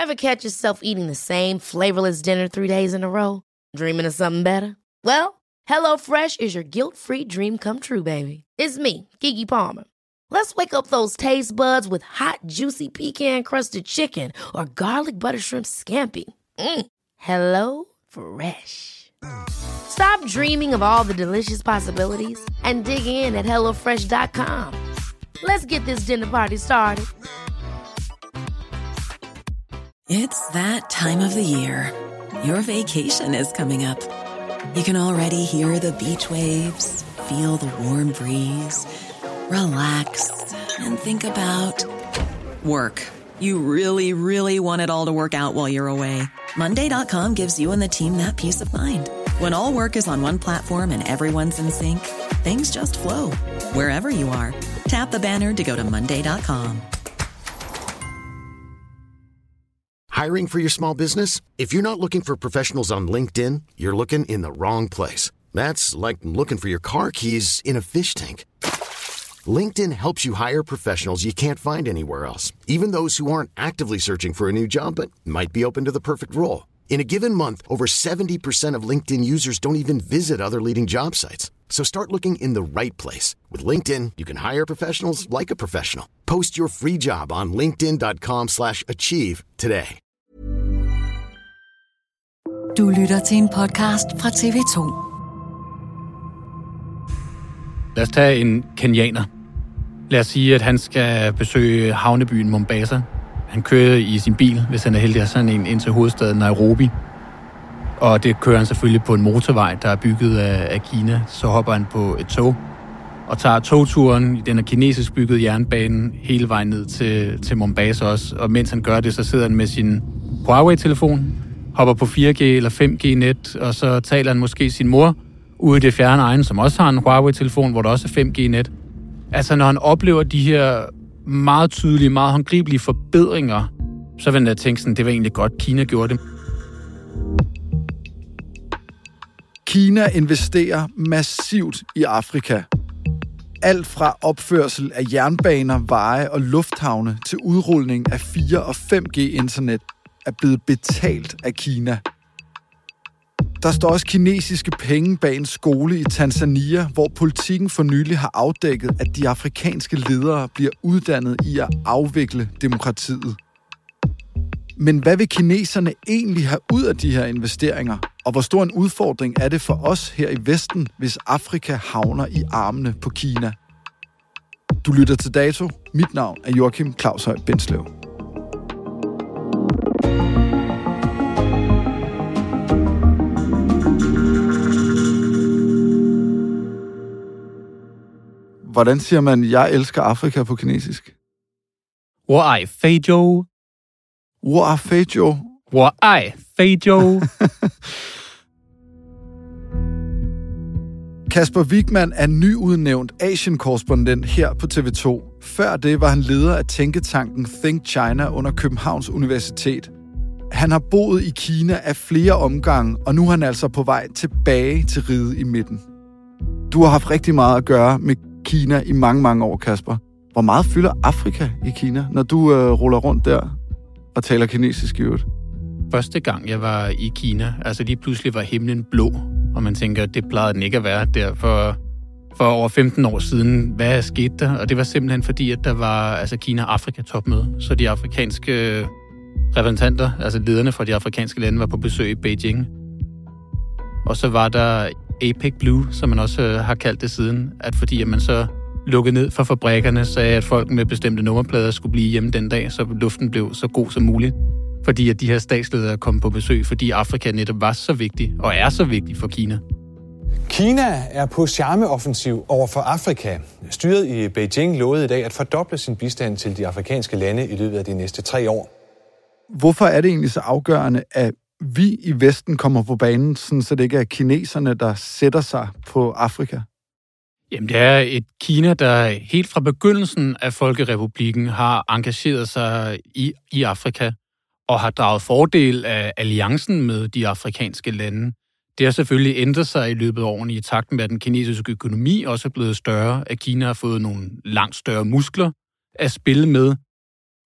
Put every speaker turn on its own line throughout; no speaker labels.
Ever catch yourself eating the same flavorless dinner 3 days in a row? Dreaming of something better? Well, HelloFresh is your guilt-free dream come true, baby. It's me, Keke Palmer. Let's wake up those taste buds with hot, juicy pecan-crusted chicken or garlic butter shrimp scampi. Hello Fresh. Stop dreaming of all the delicious possibilities and dig in at HelloFresh.com. Let's get this dinner party started.
It's that time of the year. Your vacation is coming up. You can already hear the beach waves, feel the warm breeze, relax, and think about work. You really, really want it all to work out while you're away. Monday.com gives you and the team that peace of mind. When all work is on one platform and everyone's in sync, things just flow. Wherever you are, tap the banner to go to Monday.com.
Hiring for your small business? If you're not looking for professionals on LinkedIn, you're looking in the wrong place. That's like looking for your car keys in a fish tank. LinkedIn helps you hire professionals you can't find anywhere else, even those who aren't actively searching for a new job but might be open to the perfect role. In a given month, over 70% of LinkedIn users don't even visit other leading job sites. So start looking in the right place. With LinkedIn, you can hire professionals like a professional. Post your free job on linkedin.com/achieve today.
Du lytter til en podcast fra TV2.
Lad os tage en kenyaner. Lad os sige, at han skal besøge havnebyen Mombasa. Han kører i sin bil, hvis han er heldig, og sådan en ind til hovedstaden Nairobi. Og det kører han selvfølgelig på en motorvej, der er bygget af Kina. Så hopper han på et tog og tager togturen i den her kinesisk byggede jernbane hele vejen ned til Mombasa også. Og mens han gør det, så sidder han med sin Huawei-telefon, hopper på 4G eller 5G-net, og så taler han måske sin mor ude i det fjerne egen, som også har en Huawei-telefon, hvor der også er 5G-net. Altså, når han oplever de her meget tydelige, meget håndgribelige forbedringer, så vil han da tænke sådan, det var egentlig godt, Kina gjorde det.
Kina investerer massivt i Afrika. Alt fra opførsel af jernbaner, veje og lufthavne til udrulning af 4- og 5G-internet er blevet betalt af Kina. Der står også kinesiske penge bag en skole i Tanzania, hvor politikken for nylig har afdækket, at de afrikanske ledere bliver uddannet i at afvikle demokratiet. Men hvad vil kineserne egentlig have ud af de her investeringer? Og hvor stor en udfordring er det for os her i Vesten, hvis Afrika havner i armene på Kina? Du lytter til Dato. Mit navn er Joachim Claus Høj Bindslev. Hvordan siger man, jeg elsker Afrika på kinesisk?
Wo ai fei zhou.
Wo ai fei zhou.
Wo ai fei zhou.
Kasper Wigman er nyudnævnt Asien-korrespondent her på TV2. Før det var han leder af tænketanken Think China under Københavns Universitet. Han har boet i Kina af flere omgange, og nu er han altså på vej tilbage til riget i midten. Du har haft rigtig meget at gøre med Kina i mange, mange år, Kasper. Hvor meget fylder Afrika i Kina, når du ruller rundt der og taler kinesisk i øvrigt?
Første gang, jeg var i Kina, altså lige pludselig var himlen blå, og man tænker, det plejede den ikke at være der for over 15 år siden. Hvad skete der? Og det var simpelthen fordi, at der var Kina-Afrika-topmøde, så de afrikanske repræsentanter, altså lederne fra de afrikanske lande, var på besøg i Beijing. Og så var der APEC Blue, som man også har kaldt det siden, at fordi at man så lukkede ned for fabrikkerne, sagde, at folk med bestemte nummerplader skulle blive hjemme den dag, så luften blev så god som muligt. Fordi at de her statsledere kom på besøg, fordi Afrika netop var så vigtig, og er så vigtig for Kina.
Kina er på charmeoffensiv over for Afrika. Styret i Beijing lovede i dag at fordoble sin bistand til de afrikanske lande i løbet af de næste 3 år.
Hvorfor er det egentlig så afgørende, at vi i Vesten kommer på banen, sådan så det ikke er kineserne, der sætter sig på Afrika?
Jamen, det er et Kina, der helt fra begyndelsen af Folkerepublikken har engageret sig i Afrika og har draget fordel af alliancen med de afrikanske lande. Det har selvfølgelig ændret sig i løbet af årene i takt med, at den kinesiske økonomi også er blevet større, at Kina har fået nogle langt større muskler at spille med.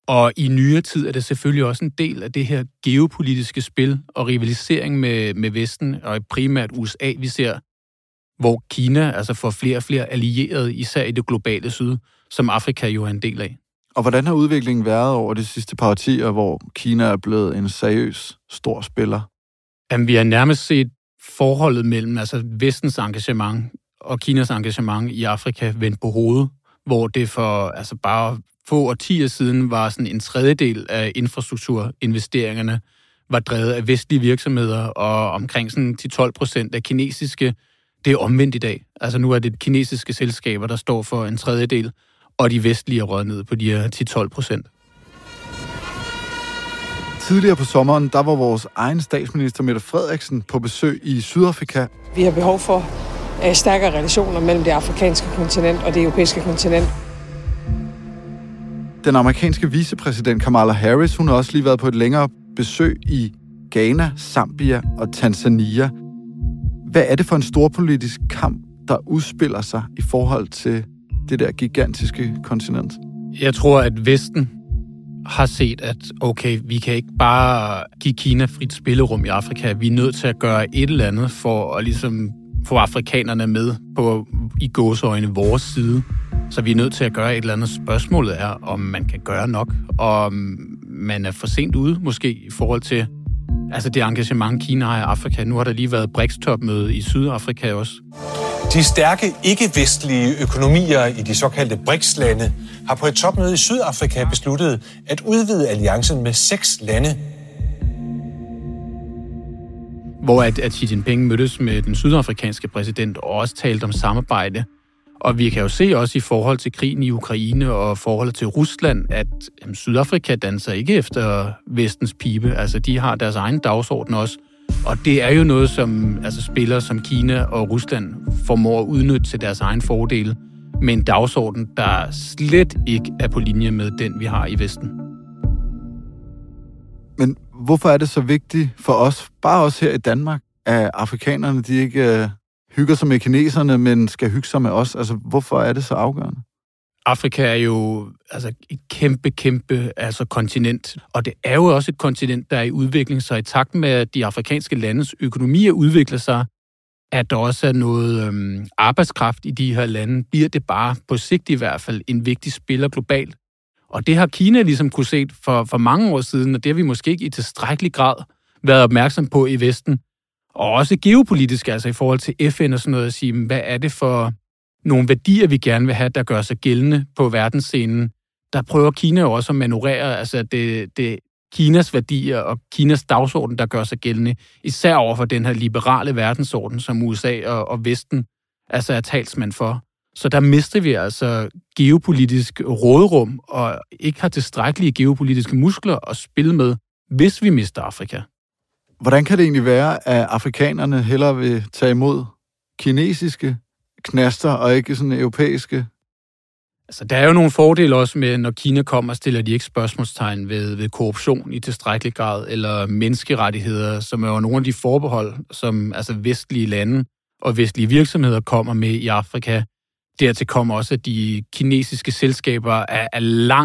Og i nyere tid er det selvfølgelig også en del af det her geopolitiske spil og rivalisering med Vesten, og primært USA, vi ser, hvor Kina altså får flere og flere allierede, især i det globale syd, som Afrika jo er en del af.
Og hvordan har udviklingen været over de sidste par årtier, hvor Kina er blevet en seriøs stor spiller?
Jamen, vi har nærmest set forholdet mellem altså Vestens engagement og Kinas engagement i Afrika vendt på hovedet, hvor det for altså bare få årtier siden var sådan en tredjedel af infrastrukturinvesteringerne var drevet af vestlige virksomheder, og omkring sådan 10-12% af kinesiske. Det er omvendt i dag. Altså nu er det kinesiske selskaber, der står for en tredjedel, og de vestlige er røget ned på de her 10-12%.
Tidligere på sommeren, der var vores egen statsminister Mette Frederiksen på besøg i Sydafrika.
Vi har behov for stærkere relationer mellem det afrikanske kontinent og det europæiske kontinent.
Den amerikanske vicepræsident Kamala Harris, hun har også lige været på et længere besøg i Ghana, Zambia og Tanzania. Hvad er det for en storpolitisk kamp, der udspiller sig i forhold til det der gigantiske kontinent?
Jeg tror, at Vesten har set, at okay, vi kan ikke bare give Kina frit spillerum i Afrika. Vi er nødt til at gøre et eller andet for at ligesom få afrikanerne med på i gåseøjne vores side. Så vi er nødt til at gøre et eller andet. Spørgsmålet er, om man kan gøre nok, og om man er for sent ude måske i forhold til altså det engagement, Kina har i Afrika. Nu har der lige været BRICS-topmøde i Sydafrika også.
De stærke ikke-vestlige økonomier i de såkaldte BRICS-lande har på et topmøde i Sydafrika besluttet at udvide alliancen med 6 lande.
Hvor at Xi Jinping mødtes med den sydafrikanske præsident og også talte om samarbejde. Og vi kan jo se også i forhold til krigen i Ukraine og forholdet til Rusland, at Sydafrika danser ikke efter vestens pibe. Altså, de har deres egen dagsorden også. Og det er jo noget, som altså, spillere som Kina og Rusland formår at udnytte til deres egen fordele. Med en dagsorden, der slet ikke er på linje med den, vi har i Vesten.
Men hvorfor er det så vigtigt for os, bare os her i Danmark, at afrikanerne de ikke hygger sig med kineserne, men skal hygge sig med os? Altså, hvorfor er det så afgørende?
Afrika er jo altså et kæmpe altså kontinent, og det er jo også et kontinent, der er i udvikling, så i takt med, at de afrikanske landes økonomier udvikler sig, at der også er noget arbejdskraft i de her lande, bliver det bare på sigt i hvert fald en vigtig spiller globalt. Og det har Kina ligesom kunne se for mange år siden, og det har vi måske ikke i tilstrækkelig grad været opmærksom på i Vesten. Og også geopolitisk, altså i forhold til FN og sådan noget, at sige, hvad er det for nogle værdier, vi gerne vil have, der gør sig gældende på verdensscenen. Der prøver Kina jo også at manøvrere, altså det Kinas værdier og Kinas dagsorden, der gør sig gældende, især over for den her liberale verdensorden, som USA og Vesten altså er talsmand for. Så der mister vi altså geopolitisk råderum og ikke har tilstrækkelige geopolitiske muskler at spille med, hvis vi mister Afrika.
Hvordan kan det egentlig være, at afrikanerne hellere vil tage imod kinesiske knaster og ikke sådan europæiske?
Altså, der er jo nogle fordele også med, når Kina kommer, stiller de ikke spørgsmålstegn ved korruption i tilstrækkelig grad, eller menneskerettigheder, som er jo nogle af de forbehold, som altså vestlige lande og vestlige virksomheder kommer med i Afrika. Dertil kommer også, at de kinesiske selskaber er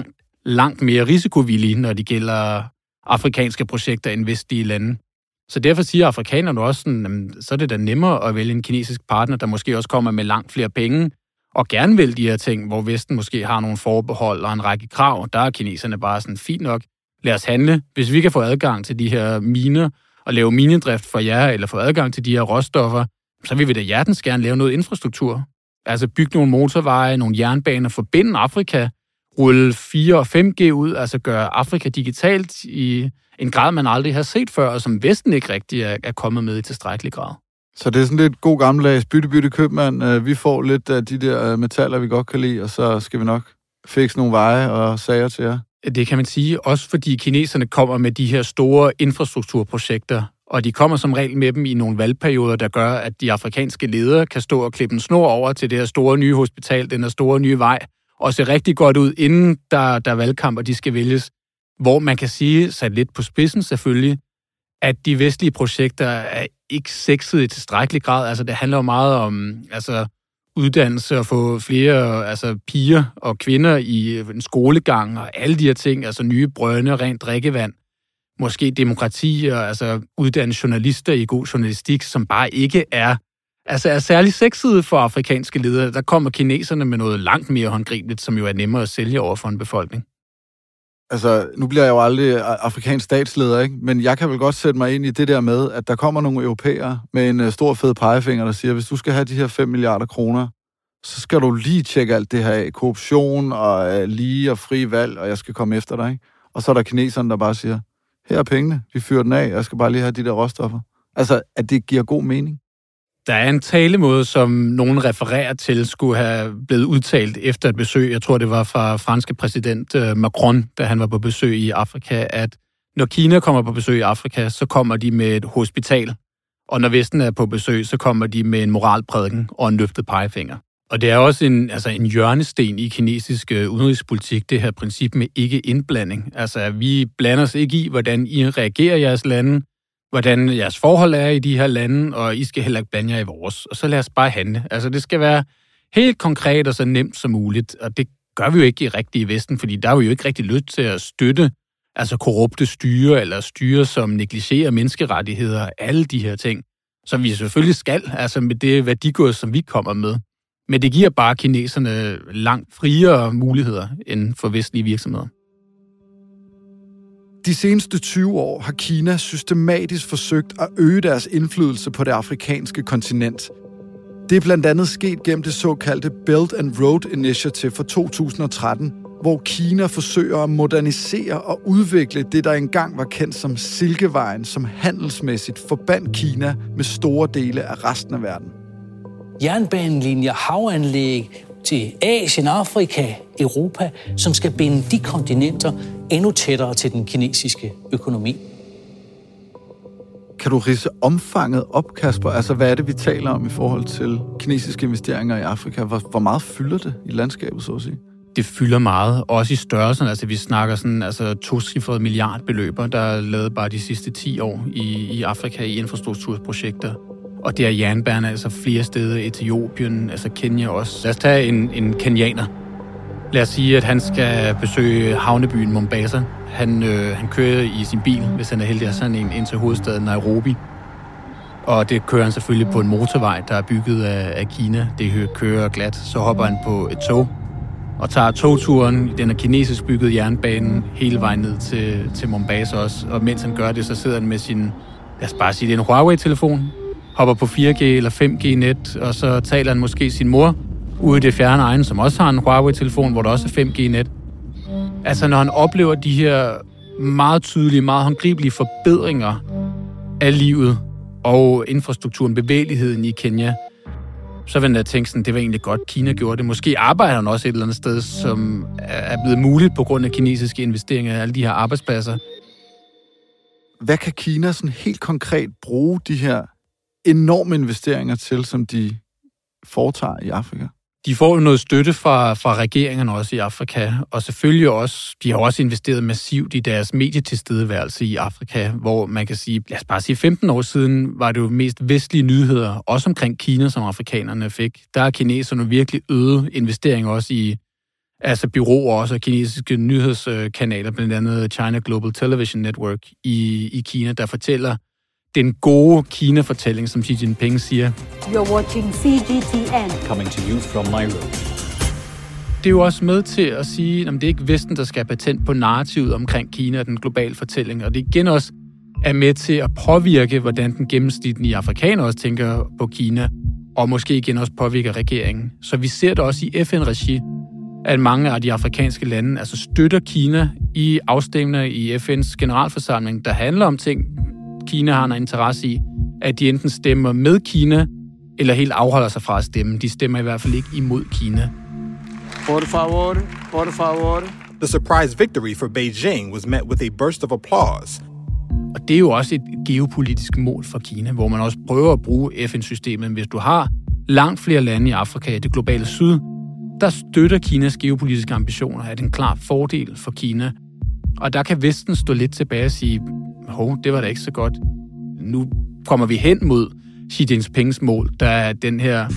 langt mere risikovillige, når det gælder afrikanske projekter end vestlige lande. Så derfor siger afrikanerne også, sådan, så er det da nemmere at vælge en kinesisk partner, der måske også kommer med langt flere penge, og gerne vil de her ting, hvor Vesten måske har nogle forbehold og en række krav. Der er kineserne bare sådan, fint nok, lad os handle. Hvis vi kan få adgang til de her miner og lave minedrift for jer, eller få adgang til de her råstoffer, så vil vi da hjertens gerne lave noget infrastruktur. Altså bygge nogle motorveje, nogle jernbaner, forbinde Afrika, rulle 4 og 5G ud, altså gøre Afrika digitalt i en grad, man aldrig har set før, og som Vesten ikke rigtig er kommet med i tilstrækkelig grad. Så
det er sådan lidt god gammeldags bytte købmand. Vi får lidt af de der metaller, vi godt kan lide, og så skal vi nok fikse nogle veje og sager til jer.
Det kan man sige, også fordi kineserne kommer med de her store infrastrukturprojekter, og de kommer som regel med dem i nogle valgperioder, der gør, at de afrikanske ledere kan stå og klippe en snor over til det her store nye hospital, den her store nye vej, og se rigtig godt ud, inden der er valgkamp, og de skal vælges. Hvor man kan sige, sat lidt på spidsen selvfølgelig, at de vestlige projekter er ikke sexet i tilstrækkelig grad. Altså det handler jo meget om uddannelse og få flere piger og kvinder i en skolegang og alle de her ting, altså nye brønde, rent drikkevand, måske demokrati og uddanne journalister i god journalistik, som bare ikke er særlig sexede for afrikanske ledere. Der kommer kineserne med noget langt mere håndgribeligt, som jo er nemmere at sælge over for en befolkning.
Nu bliver jeg jo aldrig afrikansk statsleder, ikke? Men jeg kan vel godt sætte mig ind i det der med, at der kommer nogle europæere med en stor fed pegefinger, der siger, hvis du skal have de her 5 milliarder kroner, så skal du lige tjekke alt det her af. Korruption og lige og fri valg, og jeg skal komme efter dig, ikke? Og så er der kineserne, der bare siger, her er pengene, vi fyrer den af, jeg skal bare lige have de der råstoffer. At det giver god mening.
Der er en talemåde, som nogen refererer til, skulle have blevet udtalt efter et besøg. Jeg tror, det var fra franske præsident Macron, da han var på besøg i Afrika, at når Kina kommer på besøg i Afrika, så kommer de med et hospital. Og når Vesten er på besøg, så kommer de med en moralprædiken og en løftet pegefinger. Og det er også en hjørnesten i kinesisk udenrigspolitik, det her princip med ikke-indblanding. Vi blander os ikke i, hvordan I reagerer i jeres lande, hvordan jeres forhold er i de her lande, og I skal heller ikke blande jer i vores. Og så lad os bare handle. Det skal være helt konkret og så nemt som muligt, og det gør vi jo ikke rigtigt i Vesten, fordi der er vi jo ikke rigtig lyst til at støtte korrupte styre, eller styre, som negligerer menneskerettigheder og alle de her ting, som vi selvfølgelig skal, med det værdigods, som vi kommer med. Men det giver bare kineserne langt friere muligheder end for vestlige virksomheder.
De seneste 20 år har Kina systematisk forsøgt at øge deres indflydelse på det afrikanske kontinent. Det er blandt andet sket gennem det såkaldte Belt and Road Initiative fra 2013, hvor Kina forsøger at modernisere og udvikle det, der engang var kendt som Silkevejen, som handelsmæssigt forbandt Kina med store dele af resten af verden.
Jernbanelinjer, havanlæg til Asien, Afrika, Europa, som skal binde de kontinenter endnu tættere til den kinesiske økonomi.
Kan du ridse omfanget op, Kasper? Hvad er det, vi taler om i forhold til kinesiske investeringer i Afrika? Hvor meget fylder det i landskabet, så at sige?
Det fylder meget, også i størrelsen. Vi snakker tocifrede milliardbeløber, der er lavet bare de sidste 10 år i Afrika i infrastrukturprojekter. Og det er jernbaner, flere steder, Etiopien, Kenya også. Lad os tage en kenyaner. Lad os sige, at han skal besøge havnebyen Mombasa. Han kører i sin bil, hvis han er heldig, ind til hovedstaden Nairobi. Og det kører han selvfølgelig på en motorvej, der er bygget af Kina. Det kører glat. Så hopper han på et tog og tager togturen i den kinesisk byggede jernbane hele vejen ned til Mombasa også. Og mens han gør det, så sidder han med sin, lad os bare sige, det er en Huawei-telefon, hopper på 4G eller 5G-net, og så taler han måske sin mor ude i det fjerne egen, som også har en Huawei-telefon, hvor der også er 5G-net. Når han oplever de her meget tydelige, meget håndgribelige forbedringer af livet og infrastrukturen, bevægeligheden i Kenya, så vil han tænke sådan, det var egentlig godt, Kina gjorde det. Måske arbejder han også et eller andet sted, som er blevet muligt på grund af kinesiske investeringer i alle de her arbejdspladser.
Hvad kan Kina sådan helt konkret bruge de her enorme investeringer til, som de foretager i Afrika?
De får jo noget støtte fra regeringerne også i Afrika, og selvfølgelig også, de har også investeret massivt i deres medietilstedeværelse i Afrika, hvor man kan sige, lad os bare sige 15 år siden, var det jo mest vestlige nyheder, også omkring Kina, som afrikanerne fik. Der er kineserne virkelig øget investeringer også i bureauer, også kinesiske nyhedskanaler, blandt andet China Global Television Network i Kina, der fortæller den gode Kina-fortælling, som Xi Jinping siger.
You're watching CGTN.
Coming to you from Nairobi.
Det er jo også med til at sige, at det er ikke Vesten, der skal have patent på narrativet omkring Kina og den globale fortælling, og det igen også er med til at påvirke, hvordan den gennemsnitlige afrikaner også tænker på Kina, og måske igen også påvirker regeringen. Så vi ser det også i FN-regi, at mange af de afrikanske lande støtter Kina i afstemninger i FN's generalforsamling, der handler om ting, Kina har en interesse i, at de enten stemmer med Kina, eller helt afholder sig fra at stemme. De stemmer i hvert fald ikke imod Kina.
Por favor, por favor.
The surprise victory for Beijing was met with a burst of applause.
Og det er jo også et geopolitisk mål for Kina, hvor man også prøver at bruge FN-systemet. Hvis du har langt flere lande i Afrika, i det globale syd, der støtter Kinas geopolitiske ambitioner, er det en klar fordel for Kina. Og der kan Vesten stå lidt tilbage og sige, det var da ikke så godt. Nu kommer vi hen mod Xi Jinpings mål, der er den her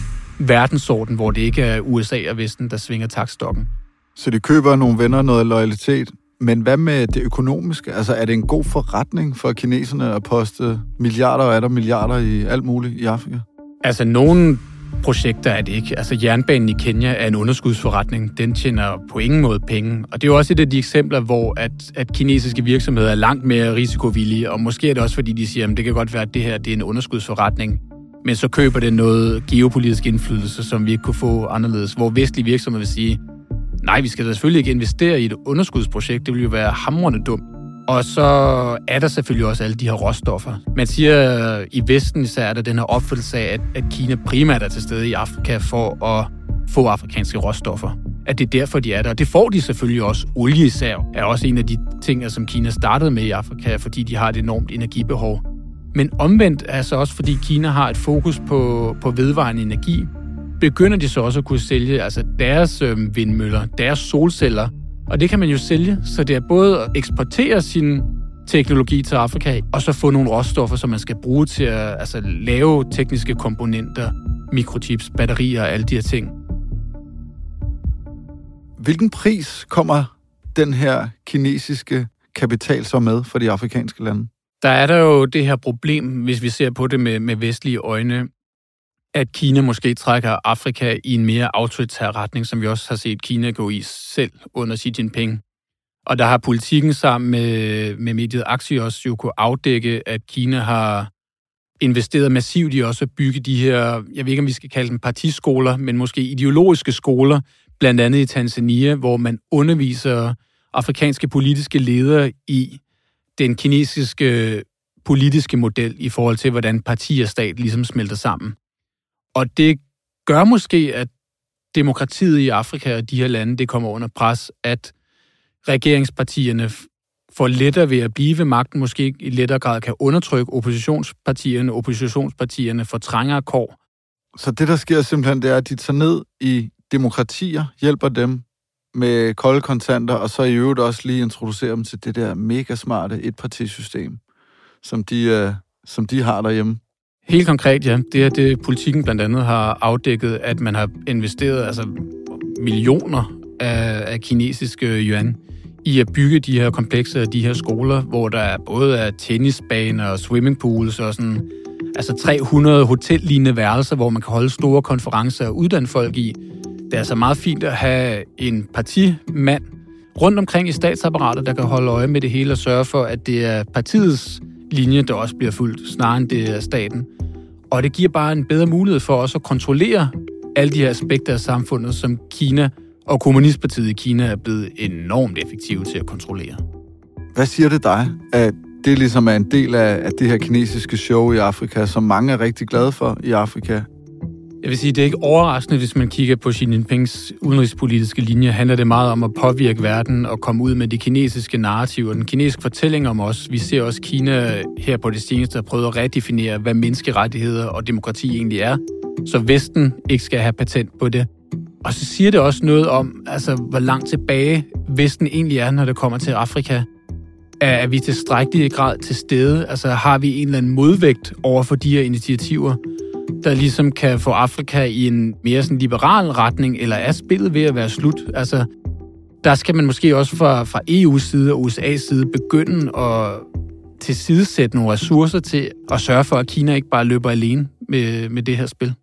verdensorden, hvor det ikke er USA og Vesten, der svinger taktstokken.
Så de køber nogle venner noget loyalitet. Men hvad med det økonomiske? Altså, er det en god forretning for kineserne at poste milliarder og milliarder i alt muligt i Afrika?
Altså, nogle projekter er det ikke. Altså, jernbanen i Kenya er en underskudsforretning. Den tjener på ingen måde penge. Og det er jo også et af de eksempler, hvor at kinesiske virksomheder er langt mere risikovillige. Og måske er det også, fordi de siger, at det kan godt være, at det her det er en underskudsforretning. Men så køber det noget geopolitisk indflydelse, som vi ikke kunne få anderledes. Hvor vestlige virksomheder vil sige, nej, vi skal da selvfølgelig ikke investere i et underskudsprojekt. Det vil jo være hamrende dumt. Og så er der selvfølgelig også alle de her råstoffer. Man siger, i Vesten især er der den her opfattelse af, at Kina primært er til stede i Afrika for at få afrikanske råstoffer. At det er derfor, de er der. Og det får de selvfølgelig også. Olie især er også en af de ting, som Kina startede med i Afrika, fordi de har et enormt energibehov. Men omvendt er så også, fordi Kina har et fokus på vedvarende energi, begynder de så også at kunne sælge altså deres vindmøller, deres solceller. Og det kan man jo sælge, så det er både at eksportere sin teknologi til Afrika, og så få nogle råstoffer, som man skal bruge til at lave tekniske komponenter, mikrochips, batterier og alle de her ting.
Hvilken pris kommer den her kinesiske kapital så med for de afrikanske lande?
Der er der jo det her problem, hvis vi ser på det med vestlige øjne, at Kina måske trækker Afrika i en mere autoritær retning, som vi også har set Kina gå i selv under Xi Jinping. Og der har politikken sammen med mediet Axios jo kunne afdække, at Kina har investeret massivt i også at bygge de her, jeg ved ikke, om vi skal kalde dem partiskoler, men måske ideologiske skoler, blandt andet i Tanzania, hvor man underviser afrikanske politiske ledere i den kinesiske politiske model i forhold til, hvordan parti og stat ligesom smelter sammen. Og det gør måske, at demokratiet i Afrika og de her lande, det kommer under pres, at regeringspartierne får lettere ved at blive ved magten, måske i lettere grad kan undertrykke oppositionspartierne får trængere kår.
Så det, der sker simpelthen, det er, at de tager ned i demokratier, hjælper dem med kolde kontanter, og så i øvrigt også lige introducerer dem til det der mega smarte etpartisystem, som de har derhjemme.
Helt konkret, ja. Det er det, politikken blandt andet har afdækket, at man har investeret millioner af kinesiske yuan i at bygge de her komplekser og de her skoler, hvor der både er tennisbaner og swimmingpools og 300 hotellignende værelser, hvor man kan holde store konferencer og uddanne folk i. Det er altså meget fint at have en partimand rundt omkring i statsapparatet, der kan holde øje med det hele og sørge for, at det er partiets linje, der også bliver fulgt, snarere end det er staten. Og det giver bare en bedre mulighed for også at kontrollere alle de her aspekter af samfundet, som Kina og Kommunistpartiet i Kina er blevet enormt effektive til at kontrollere.
Hvad siger det dig, at det ligesom er en del af det her kinesiske show i Afrika, som mange er rigtig glade for i Afrika?
Jeg vil sige, det er ikke overraskende, hvis man kigger på Xi Jinpings udenrigspolitiske linje. Handler det meget om at påvirke verden og komme ud med de kinesiske narrativer, den kinesiske fortælling om os. Vi ser også Kina her på det seneste har prøvet at redefinere, hvad menneskerettigheder og demokrati egentlig er, så Vesten ikke skal have patent på det. Og så siger det også noget om, hvor langt tilbage Vesten egentlig er, når det kommer til Afrika. Er vi tilstrækkelig grad til stede? Har vi en eller anden modvægt over for de her initiativer, der ligesom kan få Afrika i en mere liberal retning, eller er spillet ved at være slut? Der skal man måske også fra EU's side og USA's side begynde at tilsidesætte nogle ressourcer til at sørge for, at Kina ikke bare løber alene med det her spil.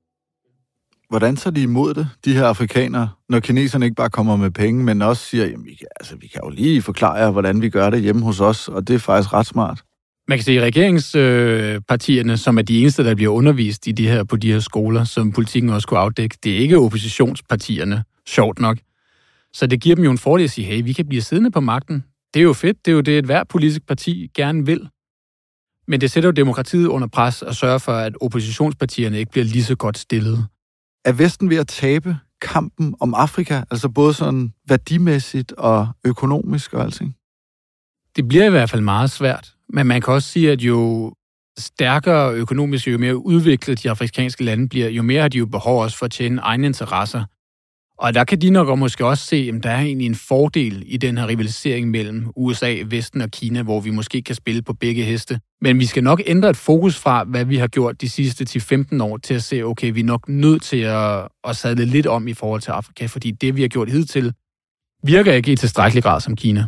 Hvordan tager de imod det, de her afrikanere, når kineserne ikke bare kommer med penge, men også siger, jamen, vi kan jo lige forklare jer, hvordan vi gør det hjemme hos os, og det er faktisk ret smart.
Man kan sige, at regeringspartierne, som er de eneste, der bliver undervist på de her skoler, som politikken også kunne afdække, det er ikke oppositionspartierne, sjovt nok. Så det giver dem jo en fordel at sige, hey, vi kan blive siddende på magten. Det er jo fedt, det er jo det, et hvert politisk parti gerne vil. Men det sætter jo demokratiet under pres og sørger for, at oppositionspartierne ikke bliver lige så godt stillet.
Er Vesten ved at tabe kampen om Afrika, altså både sådan værdimæssigt og økonomisk og alting?
Det bliver i hvert fald meget svært. Men man kan også sige, at jo stærkere økonomisk, jo mere udviklet de afrikanske lande bliver, jo mere har de jo behov også for at tjene egne interesser. Og der kan de nok måske også se, at der er egentlig en fordel i den her rivalisering mellem USA, Vesten og Kina, hvor vi måske kan spille på begge heste. Men vi skal nok ændre et fokus fra, hvad vi har gjort de sidste 10-15 år, til at se, okay, vi er nok nødt til at sadle lidt om i forhold til Afrika, fordi det, vi har gjort hidtil, virker ikke i tilstrækkelig grad som Kina.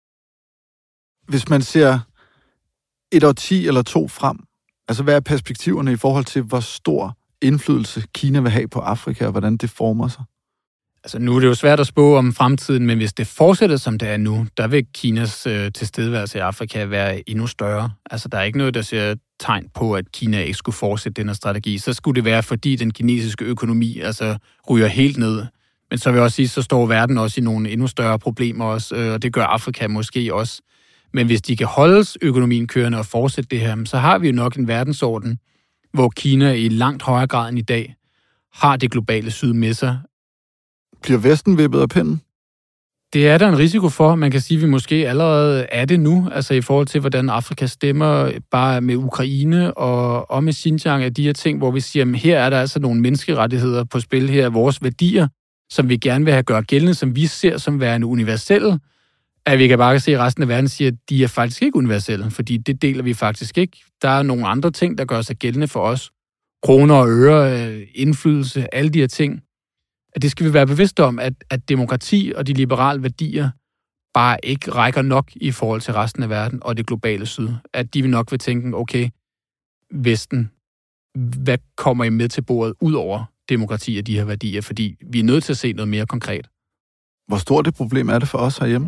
Hvis man ser et årti eller to frem, altså hvad er perspektiverne i forhold til, hvor stor indflydelse Kina vil have på Afrika, og hvordan det former sig?
Altså nu er det jo svært at spå om fremtiden, men hvis det fortsætter som det er nu, der vil Kinas tilstedeværelse i Afrika være endnu større. Altså der er ikke noget, der ser tegn på, at Kina ikke skulle fortsætte den her strategi. Så skulle det være, fordi den kinesiske økonomi ryger helt ned. Men så vil jeg også sige, så står verden også i nogle endnu større problemer også, og det gør Afrika måske også. Men hvis de kan holde økonomien kørende og fortsætte det her, så har vi jo nok en verdensorden, hvor Kina i langt højere grad end i dag har det globale syd med sig.
Bliver Vesten vippet af pinden?
Det er der en risiko for. Man kan sige, at vi måske allerede er det nu, altså i forhold til, hvordan Afrika stemmer bare med Ukraine og med Xinjiang af de her ting, hvor vi siger, at her er der altså nogle menneskerettigheder på spil, her er vores værdier, som vi gerne vil have gjort gældende, som vi ser som værende universelle, at vi kan bare se, at resten af verden siger, at de er faktisk ikke universelle, fordi det deler vi faktisk ikke. Der er nogle andre ting, der gør sig gældende for os. Kroner og øre, indflydelse, alle de her ting. At det skal vi være bevidste om, at demokrati og de liberale værdier bare ikke rækker nok i forhold til resten af verden og det globale syd. At de vil nok vil tænke, okay, Vesten, hvad kommer I med til bordet ud over demokrati og de her værdier? Fordi vi er nødt til at se noget mere konkret.
Hvor stort et problem er det for os herhjemme?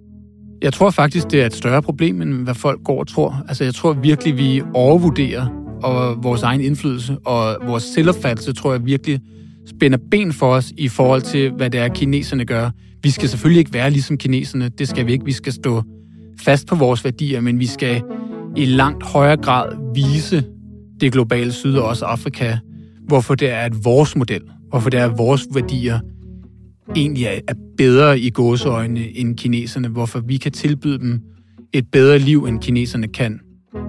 Jeg tror faktisk, det er et større problem, end hvad folk går og tror. Altså, jeg tror virkelig, vi overvurderer vores egen indflydelse, og vores selvopfattelse, tror jeg virkelig, spænder ben for os i forhold til, hvad det er, kineserne gør. Vi skal selvfølgelig ikke være ligesom kineserne. Det skal vi ikke. Vi skal stå fast på vores værdier, men vi skal i langt højere grad vise det globale syd og også Afrika, hvorfor det er vores model, hvorfor det er vores værdier egentlig er bedre i gåseøjne end kineserne, hvorfor vi kan tilbyde dem et bedre liv, end kineserne kan.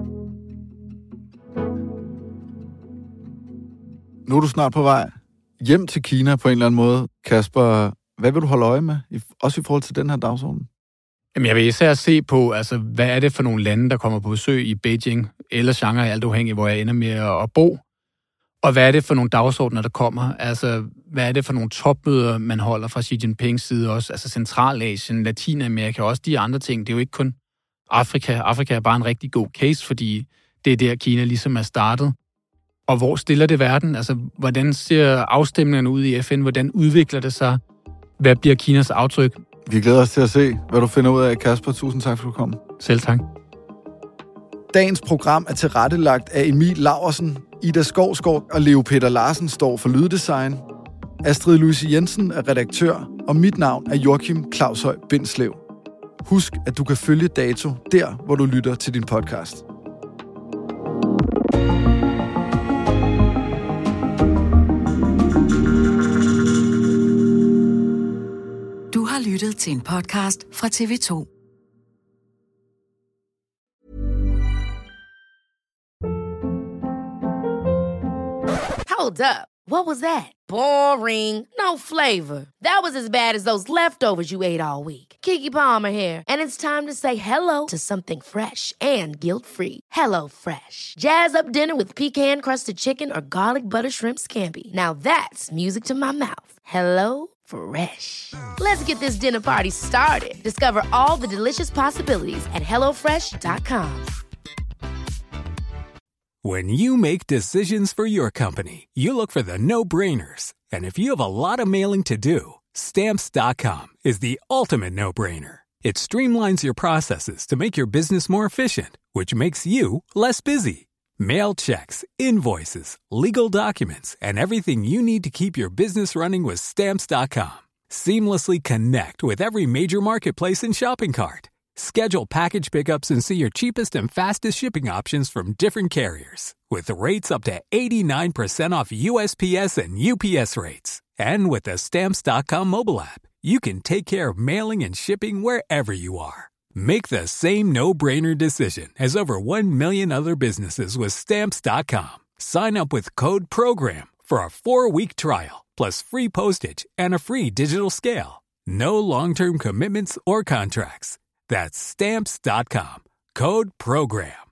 Nu er du snart på vej hjem til Kina på en eller anden måde. Kasper, hvad vil du holde øje med, også i forhold til den her dagsorden?
Jamen, jeg vil især se på, altså, hvad er det for nogle lande, der kommer på besøg i Beijing eller Shanghai, alt afhængig, hvor jeg ender med at bo. Og hvad er det for nogle dagsordener, der kommer? Altså, hvad er det for nogle topmøder, man holder fra Xi Jinpings side også? Altså Centralasien, Latinamerika og også de andre ting. Det er jo ikke kun Afrika. Afrika er bare en rigtig god case, fordi det er der, Kina ligesom er startet. Og hvor stiller det verden? Altså, hvordan ser afstemningerne ud i FN? Hvordan udvikler det sig? Hvad bliver Kinas aftryk?
Vi glæder os til at se, hvad du finder ud af, Kasper. Tusind tak, for at du kom.
Selv tak.
Dagens program er tilrettelagt af Emil Laursen. Ida Skovsgaard og Leo Peter Larsen står for lyddesign. Astrid Louise Jensen er redaktør, og mit navn er Joachim Claushøj Bindslev. Husk, at du kan følge Dato der, hvor du lytter til din podcast.
Du har lyttet til en podcast fra TV2.
Hold up. What was that? Boring. No flavor. That was as bad as those leftovers you ate all week. Keke Palmer here, and it's time to say hello to something fresh and guilt-free. Hello Fresh. Jazz up dinner with pecan-crusted chicken or garlic butter shrimp scampi. Now that's music to my mouth. Hello Fresh. Let's get this dinner party started. Discover all the delicious possibilities at hellofresh.com.
When you make decisions for your company, you look for the no-brainers. And if you have a lot of mailing to do, Stamps.com is the ultimate no-brainer. It streamlines your processes to make your business more efficient, which makes you less busy. Mail checks, invoices, legal documents, and everything you need to keep your business running with Stamps.com. Seamlessly connect with every major marketplace and shopping cart. Schedule package pickups and see your cheapest and fastest shipping options from different carriers. With rates up to 89% off USPS and UPS rates. And with the Stamps.com mobile app, you can take care of mailing and shipping wherever you are. Make the same no-brainer decision as over 1 million other businesses with Stamps.com. Sign up with code PROGRAM for a 4-week trial, plus free postage and a free digital scale. No long-term commitments or contracts. That's Stamps.com. Code PROGRAM.